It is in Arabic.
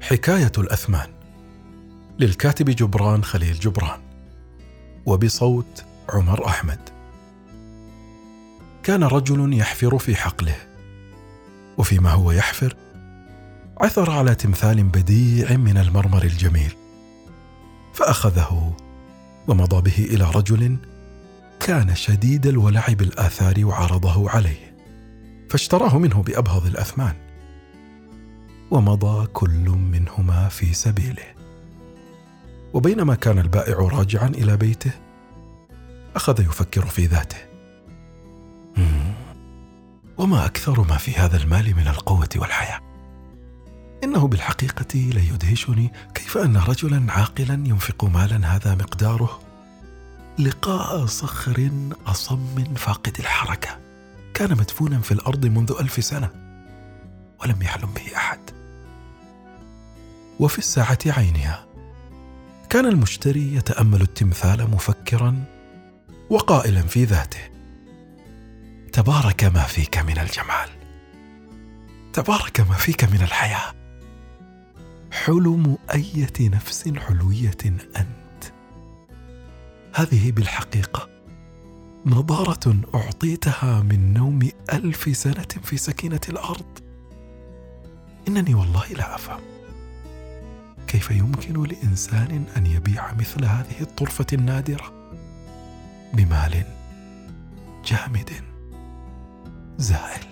حكاية الأثمان للكاتب جبران خليل جبران، وبصوت عمر أحمد. كان رجل يحفر في حقله، وفيما هو يحفر عثر على تمثال بديع من المرمر الجميل، فأخذه ومضى به إلى رجل كان شديد الولع بالآثار وعرضه عليه، فاشتراه منه بأبهض الأثمان، ومضى كل منهما في سبيله. وبينما كان البائع راجعا إلى بيته أخذ يفكر في ذاته: وما أكثر ما في هذا المال من القوة والحياة. إنه بالحقيقة ليدهشني كيف أن رجلا عاقلا ينفق مالا هذا مقداره لقاء صخر أصم فاقد الحركة كان مدفونا في الأرض منذ 1000 سنة ولم يحلم به أحد. وفي الساعة عينها كان المشتري يتأمل التمثال مفكرا وقائلا في ذاته: تبارك ما فيك من الجمال، تبارك ما فيك من الحياة، حلم أية نفس حلوية أنت. هذه بالحقيقة نضارة أعطيتها من نوم 1000 سنة في سكينة الأرض. إنني والله لا أفهم كيف يمكن لإنسان أن يبيع مثل هذه الطرفة النادرة بمال جامد زائل.